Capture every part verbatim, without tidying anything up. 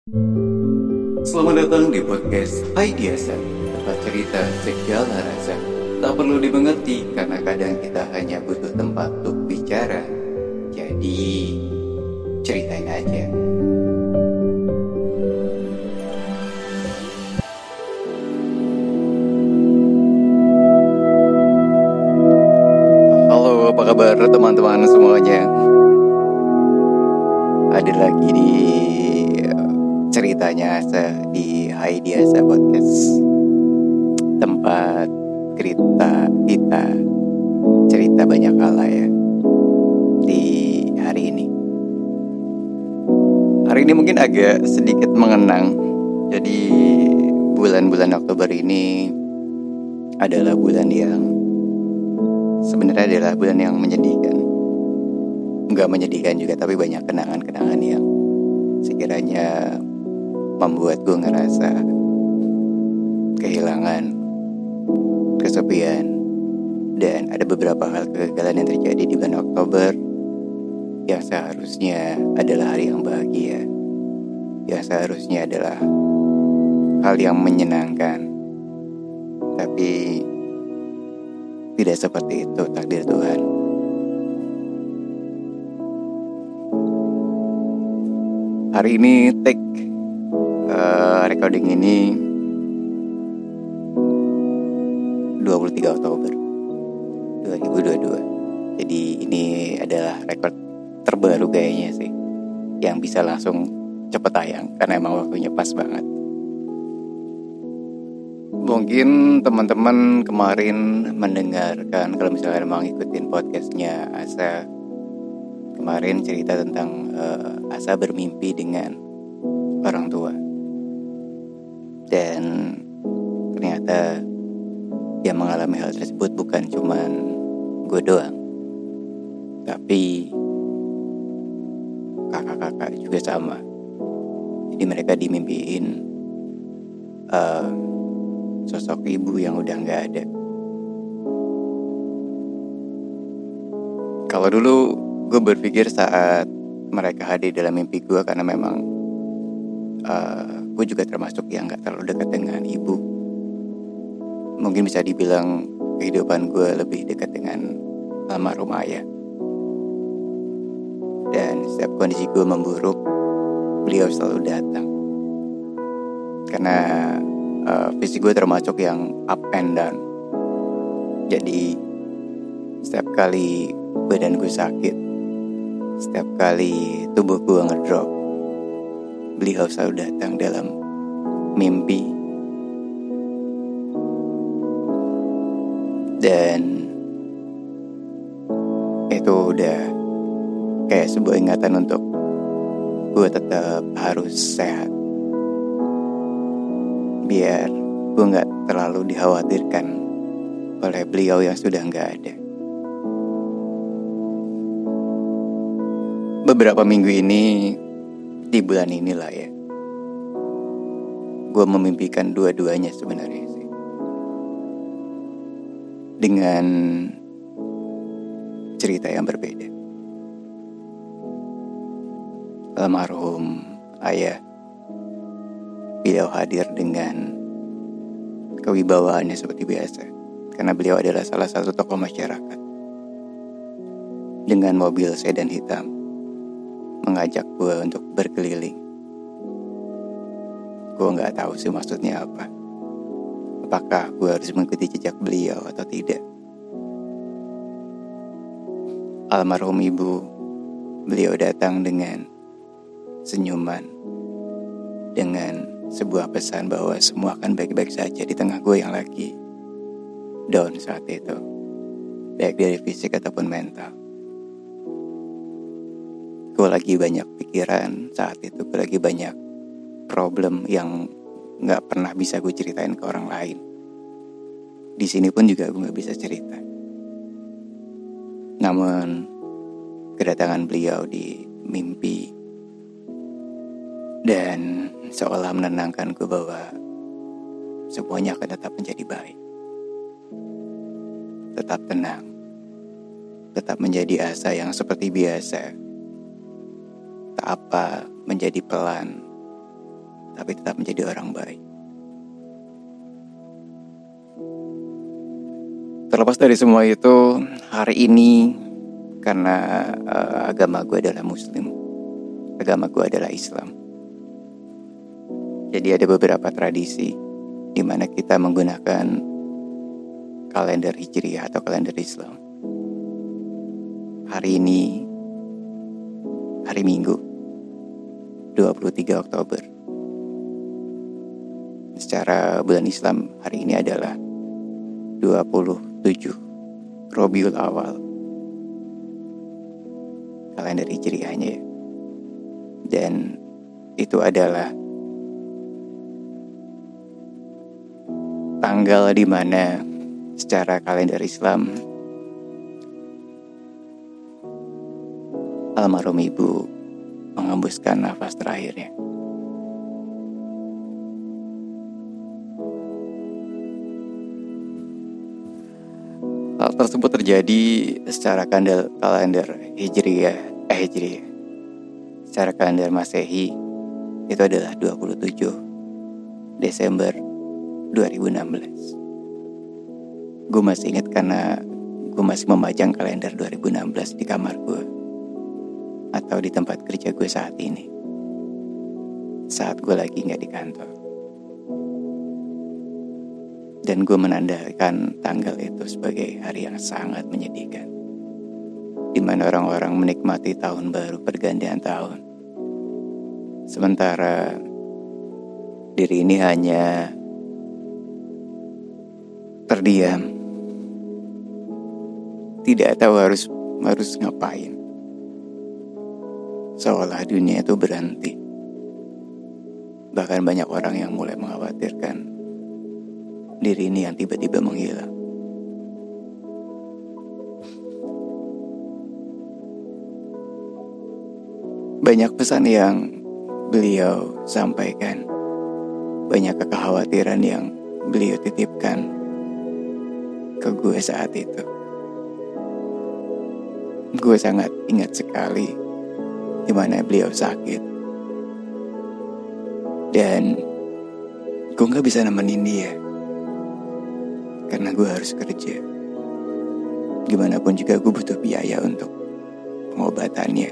Selamat datang di podcast Hai Biasa, tempat cerita segala rasa. Tak perlu dimengerti karena kadang kita hanya butuh tempat untuk bicara. Jadi, ceritain aja. Halo, apa kabar teman-teman semuanya? Ada lagi di ceritanya Asa di Hai Biasa Podcast, tempat cerita kita cerita banyak hal ya di hari ini. Hari ini mungkin agak sedikit mengenang. Jadi bulan-bulan Oktober ini adalah bulan yang sebenarnya adalah bulan yang menyedihkan. Enggak menyedihkan juga, tapi banyak kenangan-kenangan yang sekiranya membuat gue ngerasa kehilangan, kesepian, dan ada beberapa hal kegagalan yang terjadi di bulan Oktober yang seharusnya adalah hari yang bahagia, yang seharusnya adalah hal yang menyenangkan, tapi tidak seperti itu takdir Tuhan. Hari ini take uh, recording ini dua puluh tiga Oktober dua ribu dua puluh dua. Jadi ini adalah record terbaru kayaknya sih, yang bisa langsung cepet tayang karena emang waktunya pas banget. Mungkin teman-teman kemarin mendengarkan, kalau misalnya emang ngikutin podcastnya Asa, kemarin cerita tentang uh, Asa bermimpi dengan orang tua. Dan ternyata yang mengalami hal tersebut bukan cuman gue doang, tapi kakak-kakak juga sama. Jadi mereka dimimpiin uh, sosok ibu yang udah gak ada. Kalau dulu gue berpikir saat mereka hadir dalam mimpi gue, karena memang uh, gue juga termasuk yang gak terlalu dekat dengan ibu. Mungkin bisa dibilang kehidupan gue lebih dekat dengan almarhum ayah. Dan setiap kondisi gue memburuk, beliau selalu datang. Karena uh, fisik gue termasuk yang up and down. Jadi setiap kali badan gue sakit, setiap kali tubuh gue ngedrop, beliau selalu datang dalam mimpi. Dan itu udah kayak sebuah ingatan untuk gue tetap harus sehat, biar gue gak terlalu dikhawatirkan oleh beliau yang sudah gak ada. Beberapa minggu ini, di bulan inilah ya, gue memimpikan dua-duanya sebenarnya sih, dengan cerita yang berbeda. Almarhum ayah, beliau hadir dengan kewibawaannya seperti biasa, karena beliau adalah salah satu tokoh masyarakat, dengan mobil sedan hitam mengajak gue untuk berkeliling. Gue gak tahu sih maksudnya apa. Apakah gue harus mengikuti jejak beliau atau tidak? Almarhum ibu, beliau datang dengan senyuman, dengan sebuah pesan bahwa semua akan baik-baik saja di tengah gue yang lagi down saat itu, baik dari fisik ataupun mental. Gue lagi banyak pikiran saat itu, gue lagi banyak problem yang gak pernah bisa gue ceritain ke orang lain. Di sini pun juga gue gak bisa cerita. Namun kedatangan beliau di mimpi dan seolah menenangkan gue bahwa semuanya akan tetap menjadi baik. Tetap tenang, tetap menjadi asa yang seperti biasa. Tak apa menjadi pelan, tapi tetap menjadi orang baik. Terlepas dari semua itu, hari ini karena uh, agama gue adalah Muslim, agama gue adalah Islam. Jadi ada beberapa tradisi di mana kita menggunakan kalender Hijriah atau kalender Islam. Hari ini hari Minggu dua puluh tiga Oktober. Secara bulan Islam hari ini adalah dua puluh tujuh Rabiul Awal, kalender Hijriahnya. Dan itu adalah tanggal di mana secara kalender Islam almarhum ibu mengembuskan nafas terakhirnya. Hal tersebut terjadi secara kalender, kalender Hijriah, eh Hijriah, secara kalender Masehi itu adalah dua puluh tujuh Desember dua ribu enam belas. Gue masih ingat karena gue masih memajang kalender dua ribu enam belas di kamar gue atau di tempat kerja gue saat ini, saat gue lagi gak di kantor. Dan gue menandakan tanggal itu sebagai hari yang sangat menyedihkan, di mana orang-orang menikmati tahun baru pergantian tahun, sementara diri ini hanya terdiam, tidak tahu harus harus ngapain, seolah dunia itu berhenti. Bahkan banyak orang yang mulai mengkhawatirkan diri ini yang tiba-tiba menghilang. Banyak pesan yang beliau sampaikan, banyak kekhawatiran yang beliau titipkan ke gue saat itu. Gue sangat ingat sekali di mana beliau sakit, dan gue gak bisa nemenin dia karena gue harus kerja. Gimana pun juga gue butuh biaya untuk pengobatannya.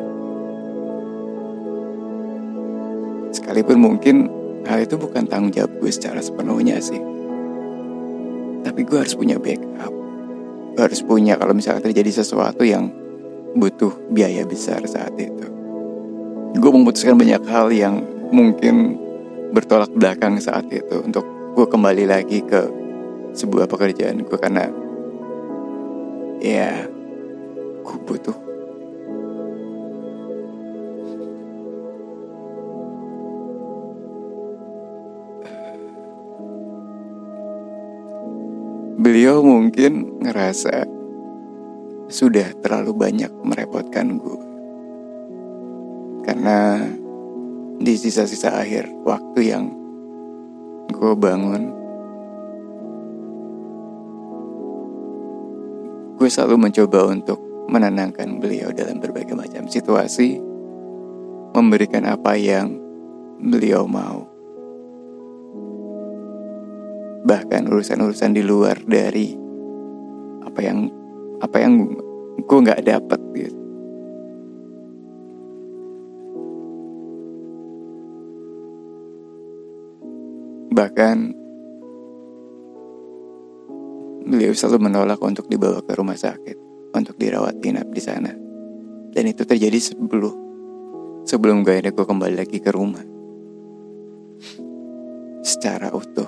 Sekalipun mungkin hal itu bukan tanggung jawab gue secara sepenuhnya sih, tapi gue harus punya backup. Gue harus punya kalau misalnya terjadi sesuatu yang butuh biaya besar saat itu. Gue memutuskan banyak hal yang mungkin bertolak belakang saat itu untuk gue kembali lagi ke sebuah pekerjaan gue karena ya gue butuh. Beliau mungkin ngerasa sudah terlalu banyak merepotkan gue, karena di sisa-sisa akhir waktu yang gue bangun, gue selalu mencoba untuk menenangkan beliau dalam berbagai macam situasi, memberikan apa yang beliau mau. Bahkan urusan-urusan di luar dari apa yang apa yang gue nggak dapat gitu. Bahkan beliau selalu menolak untuk dibawa ke rumah sakit untuk dirawat inap di sana. Dan itu terjadi sebelum sebelum gue akhirnya gue kembali lagi ke rumah secara utuh.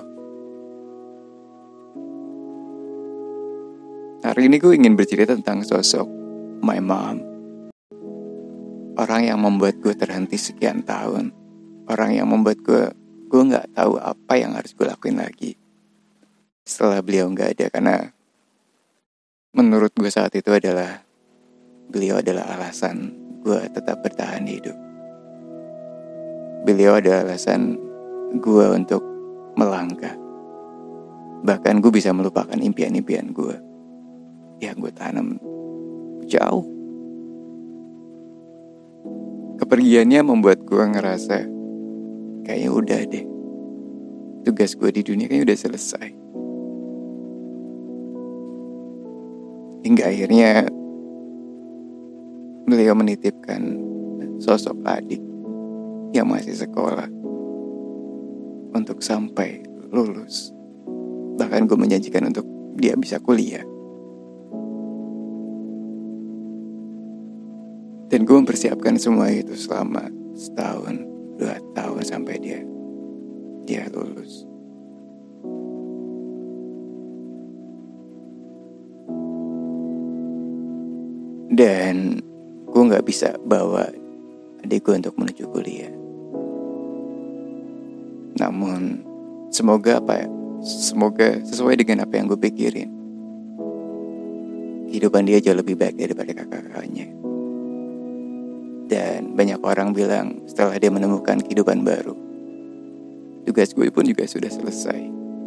Hari ini gue ingin bercerita tentang sosok my mom. Orang yang membuat gue terhenti sekian tahun. Orang yang membuat gue gue gak tahu apa yang harus gue lakuin lagi setelah beliau gak ada. Karena menurut gue saat itu adalah beliau adalah alasan gue tetap bertahan hidup. Beliau adalah alasan gue untuk melangkah. Bahkan gue bisa melupakan impian-impian gue yang gue tanam jauh. Kepergiannya membuat gue ngerasa kayaknya udah deh, tugas gue di dunia kayaknya udah selesai. Hingga akhirnya beliau menitipkan sosok adik yang masih sekolah untuk sampai lulus. Bahkan gue menjanjikan untuk dia bisa kuliah. Dan gue mempersiapkan semua itu selama setahun, dua tahun sampai dia dia lulus. Dan gue gak bisa bawa adik gue untuk menuju kuliah. Namun semoga apa ya, semoga sesuai dengan apa yang gue pikirin. Kehidupan dia jauh lebih baik daripada kakak-kakaknya. Dan banyak orang bilang setelah dia menemukan kehidupan baru, tugas gue pun juga sudah selesai.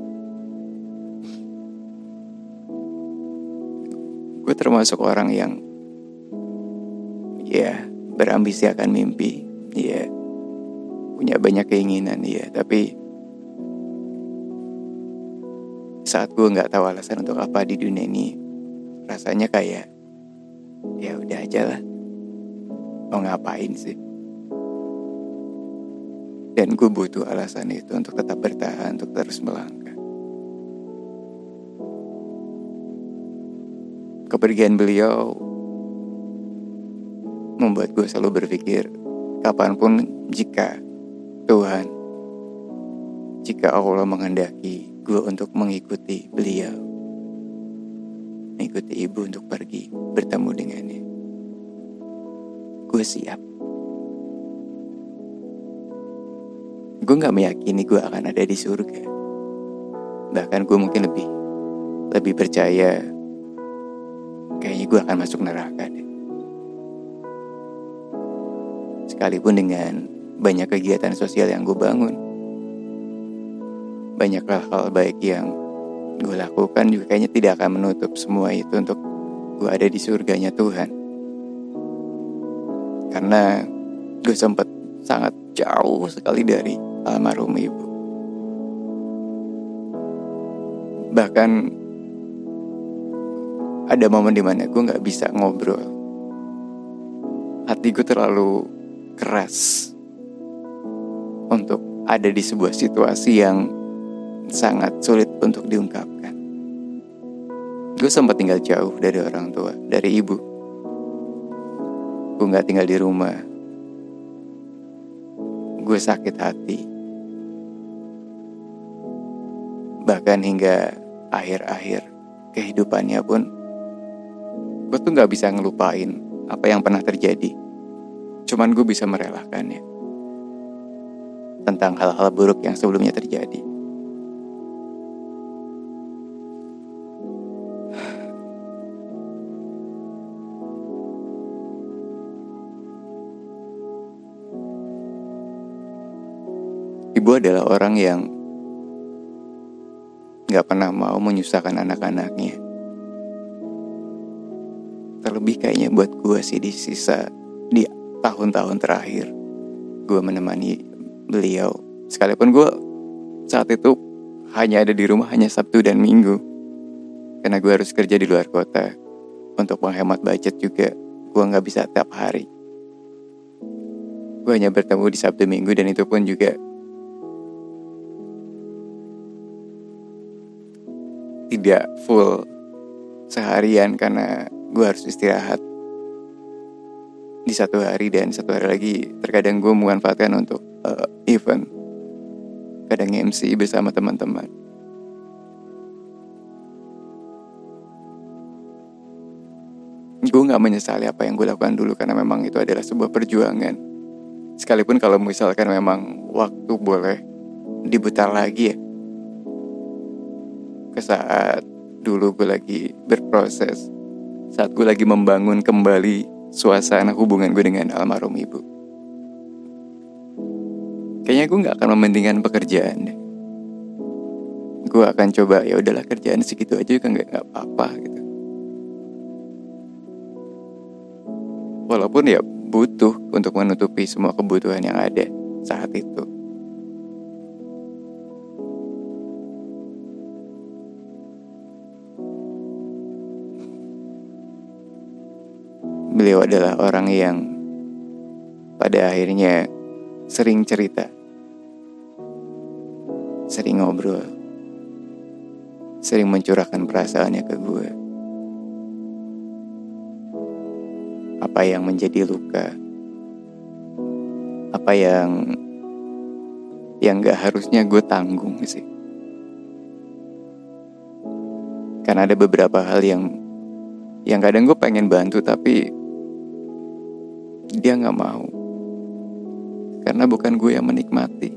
Gue termasuk orang yang ya berambisi akan mimpi, ya punya banyak keinginan, ya. Tapi saat gue nggak tahu alasan untuk apa di dunia ini, rasanya kayak ya udah aja lah, mau ngapain sih? Dan gue butuh alasan itu untuk tetap bertahan, untuk terus melangkah. Kepergian beliau membuat gue selalu berpikir, kapanpun jika Tuhan, jika Allah menghendaki gue untuk mengikuti beliau, mengikuti ibu untuk pergi bertemu dengannya, gue siap. Gue gak meyakini gue akan ada di surga. Bahkan gue mungkin lebih Lebih percaya kayaknya gue akan masuk neraka deh. Sekalipun dengan banyak kegiatan sosial yang gue bangun, banyak hal-hal baik yang gue lakukan juga kayaknya tidak akan menutup semua itu untuk gue ada di surganya Tuhan. Karena gue sempat sangat jauh sekali dari almarhum ibu. Bahkan ada momen dimana gue gak bisa ngobrol. Hati gue terlalu keras untuk ada di sebuah situasi yang sangat sulit untuk diungkapkan. Gue sempat tinggal jauh dari orang tua, dari ibu. Gue gak tinggal di rumah. Gue sakit hati. Bahkan hingga akhir-akhir kehidupannya pun, gue tuh gak bisa ngelupain apa yang pernah terjadi. Cuman gue bisa merelakannya tentang hal-hal buruk yang sebelumnya terjadi. Ibu adalah orang yang gak pernah mau menyusahkan anak-anaknya. Terlebih kayaknya buat gue sih di sisa di tahun-tahun terakhir gue menemani beliau. Sekalipun gue saat itu hanya ada di rumah hanya Sabtu dan Minggu, karena gue harus kerja di luar kota. Untuk menghemat budget juga, gue gak bisa tiap hari. Gue hanya bertemu di Sabtu Minggu, dan itu pun juga tidak full seharian karena gue harus istirahat di satu hari, dan satu hari lagi terkadang gue memanfaatkan untuk uh, event, kadang M C bersama teman-teman. Gue gak menyesali apa yang gue lakukan dulu, karena memang itu adalah sebuah perjuangan. Sekalipun kalau misalkan memang waktu boleh diputar lagi ya, ke saat dulu gue lagi berproses, saat gue lagi membangun kembali suasana hubungan gue dengan almarhum ibu, kayaknya gue gak akan mementingkan pekerjaan deh. Gue akan coba, ya udahlah kerjaan segitu aja juga gak, gak apa-apa gitu. Walaupun ya butuh untuk menutupi semua kebutuhan yang ada saat itu. beliau adalah orang yang pada akhirnya sering cerita, sering ngobrol, sering mencurahkan perasaannya ke gue. Apa yang menjadi luka, apa yang yang gak harusnya gue tanggung sih. Karena ada beberapa hal yang yang kadang gue pengen bantu tapi dia gak mau. Karena bukan gue yang menikmati.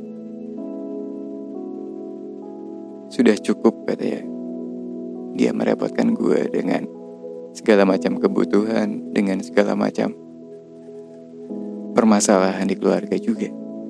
Sudah cukup katanya dia merepotkan gue dengan segala macam kebutuhan, dengan segala macam permasalahan di keluarga juga.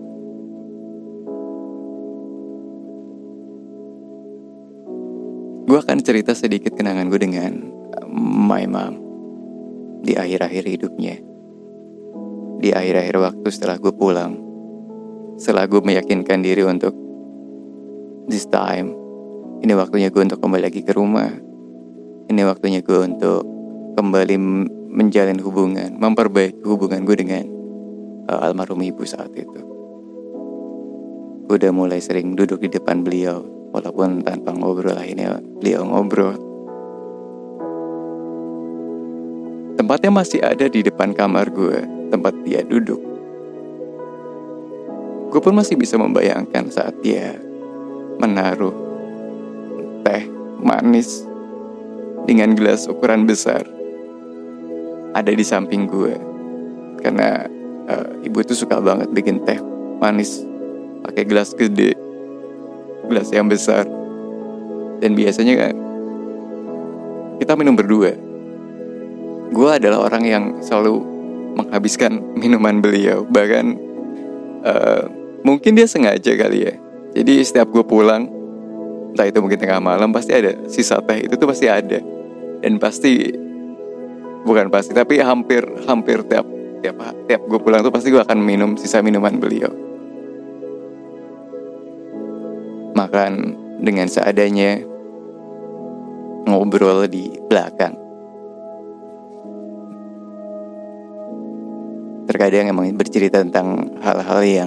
Gue akan cerita sedikit kenangan gue dengan my mom di akhir-akhir hidupnya. Di akhir-akhir waktu setelah gue pulang, setelah gue meyakinkan diri untuk this time, ini waktunya gue untuk kembali lagi ke rumah. Ini waktunya gue untuk kembali menjalin hubungan, memperbaiki hubungan gue dengan uh, almarhum ibu saat itu. Gue udah mulai sering duduk di depan beliau, walaupun tanpa ngobrol, akhirnya beliau ngobrol. Tempatnya masih ada di depan kamar gue, tempat dia duduk. Gue pun masih bisa membayangkan saat dia menaruh teh manis dengan gelas ukuran besar ada di samping gue. Karena uh, ibu tuh suka banget bikin teh manis pakai gelas gede, gelas yang besar. Dan biasanya kan kita minum berdua. Gue adalah orang yang selalu menghabiskan minuman beliau. Bahkan uh, mungkin dia sengaja kali ya. Jadi setiap gue pulang, entah itu mungkin tengah malam, pasti ada sisa teh itu tuh pasti ada. Dan pasti, bukan pasti, tapi hampir hampir tiap tiap tiap gue pulang tuh pasti gue akan minum sisa minuman beliau. Makan dengan seadanya, ngobrol di belakang. Terkadang emang bercerita tentang hal-hal yang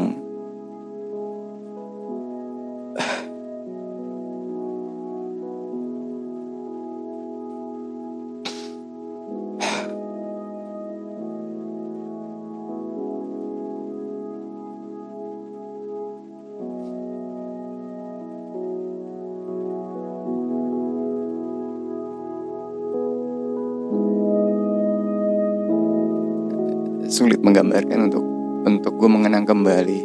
sulit menggambarkan untuk untuk gue mengenang kembali.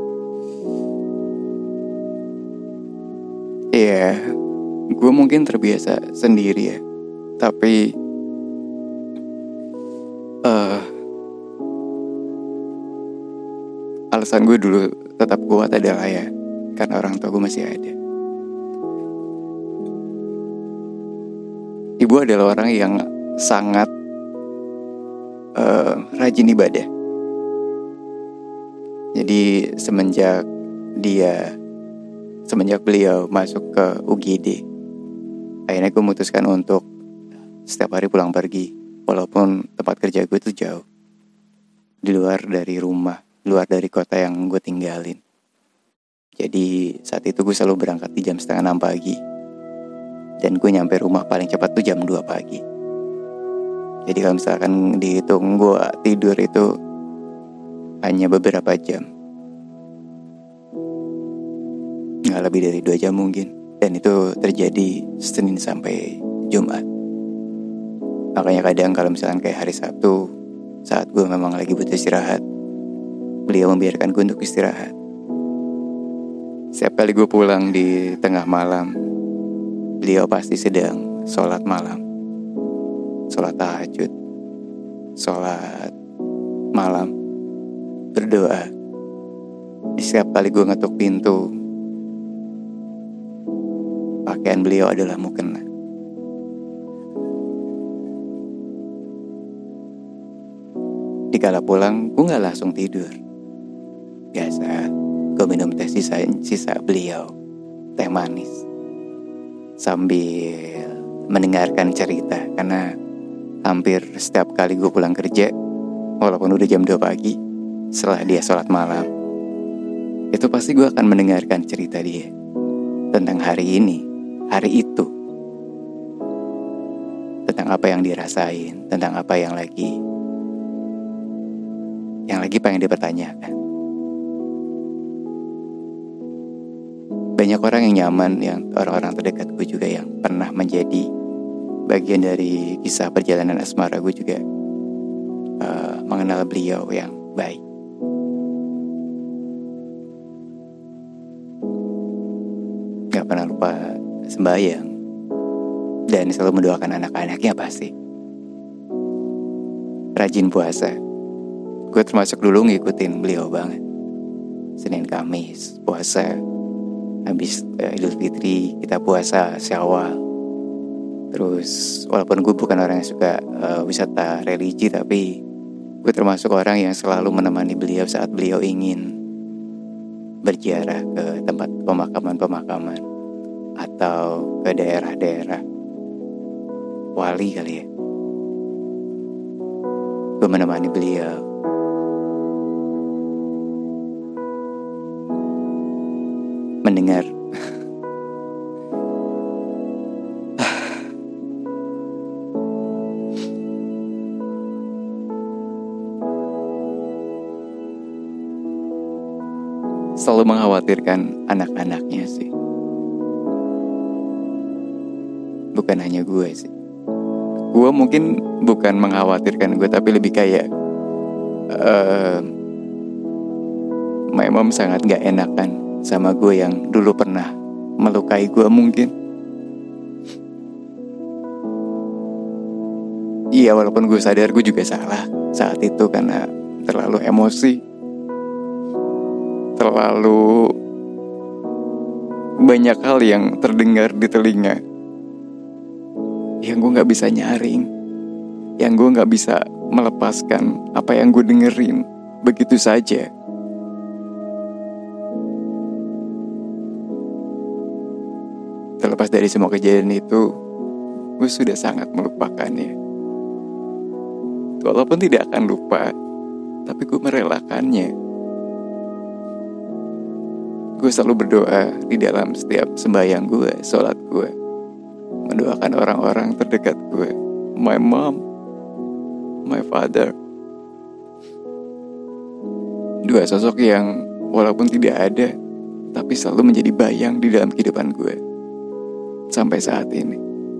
Iya, gue mungkin terbiasa sendiri ya, tapi uh, alasan gue dulu tetap kuat adalah ya karena orang tua gue masih ada. Ibu adalah orang yang sangat Uh, rajin ibadah. Jadi semenjak dia Semenjak beliau masuk ke U G D, akhirnya gue memutuskan untuk setiap hari pulang pergi. Walaupun tempat kerja gue tuh jauh, di luar dari rumah, luar dari kota yang gue tinggalin. Jadi saat itu gue selalu berangkat di jam setengah enam pagi, dan gue nyampe rumah paling cepat tuh jam dua pagi. Jadi kalau misalkan dihitung gue tidur itu hanya beberapa jam, nggak lebih dari dua jam mungkin. Dan itu terjadi Senin sampai Jumat. Makanya kadang kalau misalkan kayak hari Sabtu, saat gue memang lagi butuh istirahat, beliau membiarkan gue untuk istirahat. Setiap kali gue pulang di tengah malam, beliau pasti sedang sholat malam, sholat tahajud, sholat malam, berdoa. Setiap kali gue ngetuk pintu, pakaian beliau adalah mukena. Dikala pulang, gue gak langsung tidur. Biasa, gue minum teh sisa, sisa beliau, teh manis, sambil mendengarkan cerita. Karena hampir setiap kali gue pulang kerja, walaupun udah jam dua pagi, setelah dia sholat malam, itu pasti gue akan mendengarkan cerita dia tentang hari ini, hari itu, tentang apa yang dirasain, tentang apa yang lagi yang lagi pengen dipertanyakan. Banyak orang yang nyaman, yang orang-orang terdekat gue juga yang pernah menjadi bagian dari kisah perjalanan asmara gue juga uh, mengenal beliau yang baik. Gak pernah lupa sembahyang dan selalu mendoakan anak-anaknya pasti. Rajin puasa. Gue termasuk dulu ngikutin beliau banget. Senin Kamis puasa. Habis uh, Idul Fitri kita puasa Syawal. Terus walaupun gue bukan orang yang suka uh, wisata religi, tapi gue termasuk orang yang selalu menemani beliau saat beliau ingin berziarah ke tempat pemakaman-pemakaman atau ke daerah-daerah wali kali ya. Gue menemani beliau. Mendengar selalu mengkhawatirkan anak-anaknya sih. Bukan hanya gue sih. Gue mungkin bukan mengkhawatirkan gue, tapi lebih kayak uh, my mom sangat gak enakan sama gue yang dulu pernah melukai gue mungkin. Iya, walaupun gue sadar gue juga salah saat itu karena terlalu emosi, terlalu banyak hal yang terdengar di telinga yang gue gak bisa nyaring, yang gue gak bisa melepaskan apa yang gue dengerin begitu saja. Terlepas dari semua kejadian itu, gue sudah sangat melupakannya. Walaupun tidak akan lupa, tapi gue merelakannya. Gue selalu berdoa di dalam setiap sembahyang gue, sholat gue, mendoakan orang-orang terdekat gue, my mom, my father. Dua sosok yang walaupun tidak ada, tapi selalu menjadi bayang di dalam kehidupan gue sampai saat ini.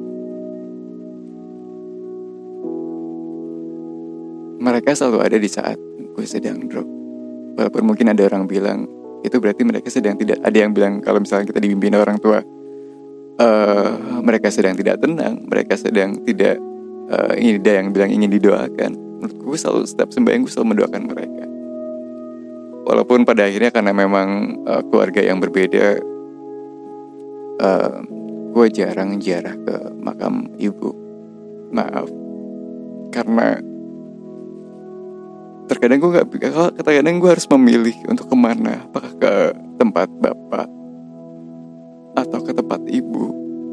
Mereka selalu ada di saat gue sedang drop. Walaupun mungkin ada orang bilang itu berarti mereka sedang tidak, ada yang bilang kalau misalnya kita dibimbing orang tua, uh, mereka sedang tidak tenang, mereka sedang tidak uh, ini ada yang bilang ingin didoakan. Menurut gue selalu setiap sembahyang gue selalu mendoakan mereka. Walaupun pada akhirnya karena memang uh, keluarga yang berbeda, uh, gue jarang ziarah ke makam ibu. Maaf, karena terkadang gue gak, terkadang gue harus memilih untuk kemana, apakah ke tempat bapak atau ke tempat ibu.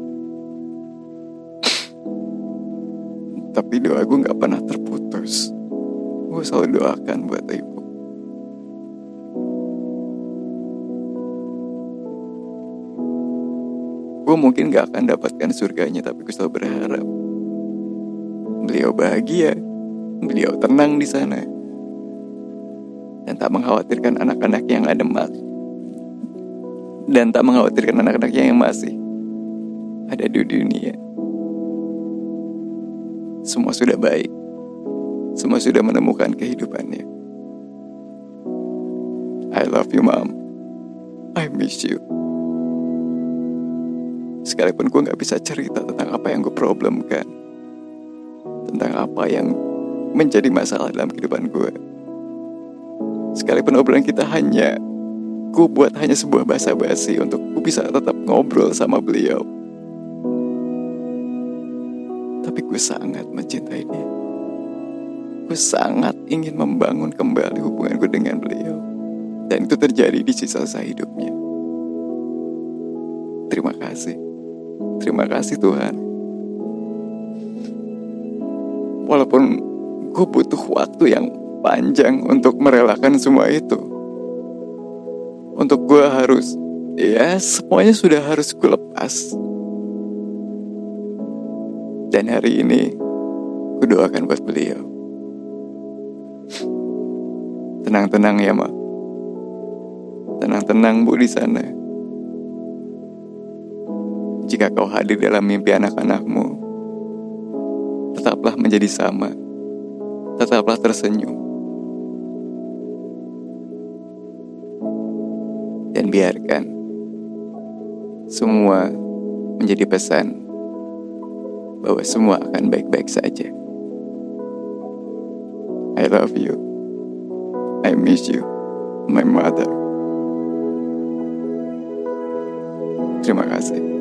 Tapi doa gue gak pernah terputus. Gue selalu doakan buat ibu. Gue mungkin gak akan dapatkan surganya, tapi gue selalu berharap beliau bahagia, beliau tenang di sana, dan tak mengkhawatirkan anak-anak yang ada mak, dan tak mengkhawatirkan anak-anaknya yang masih ada di dunia. Semua sudah baik, semua sudah menemukan kehidupannya. I love you, Mom. I miss you. Sekalipun gue gak bisa cerita tentang apa yang gue problemkan, tentang apa yang menjadi masalah dalam kehidupan gue, sekalipun obrolan kita hanya gue buat hanya sebuah basa-basi untuk gue bisa tetap ngobrol sama beliau, tapi gue sangat mencintai dia. Gue sangat ingin membangun kembali hubungan gue dengan beliau, dan itu terjadi di sisa-sisa hidupnya. Terima kasih. Terima kasih Tuhan. Walaupun gue butuh waktu yang panjang untuk merelakan semua itu. Untuk gue harus, ya semuanya sudah harus gue lepas. Dan hari ini gue doakan buat beliau. Tenang-tenang ya, Ma. Tenang-tenang, Bu, di sana. Jika kau hadir dalam mimpi anak-anakmu, tetaplah menjadi sama. Tetaplah tersenyum. Dan biarkan semua menjadi pesan bahwa semua akan baik-baik saja. I love you. I miss you, my mother. Terima kasih.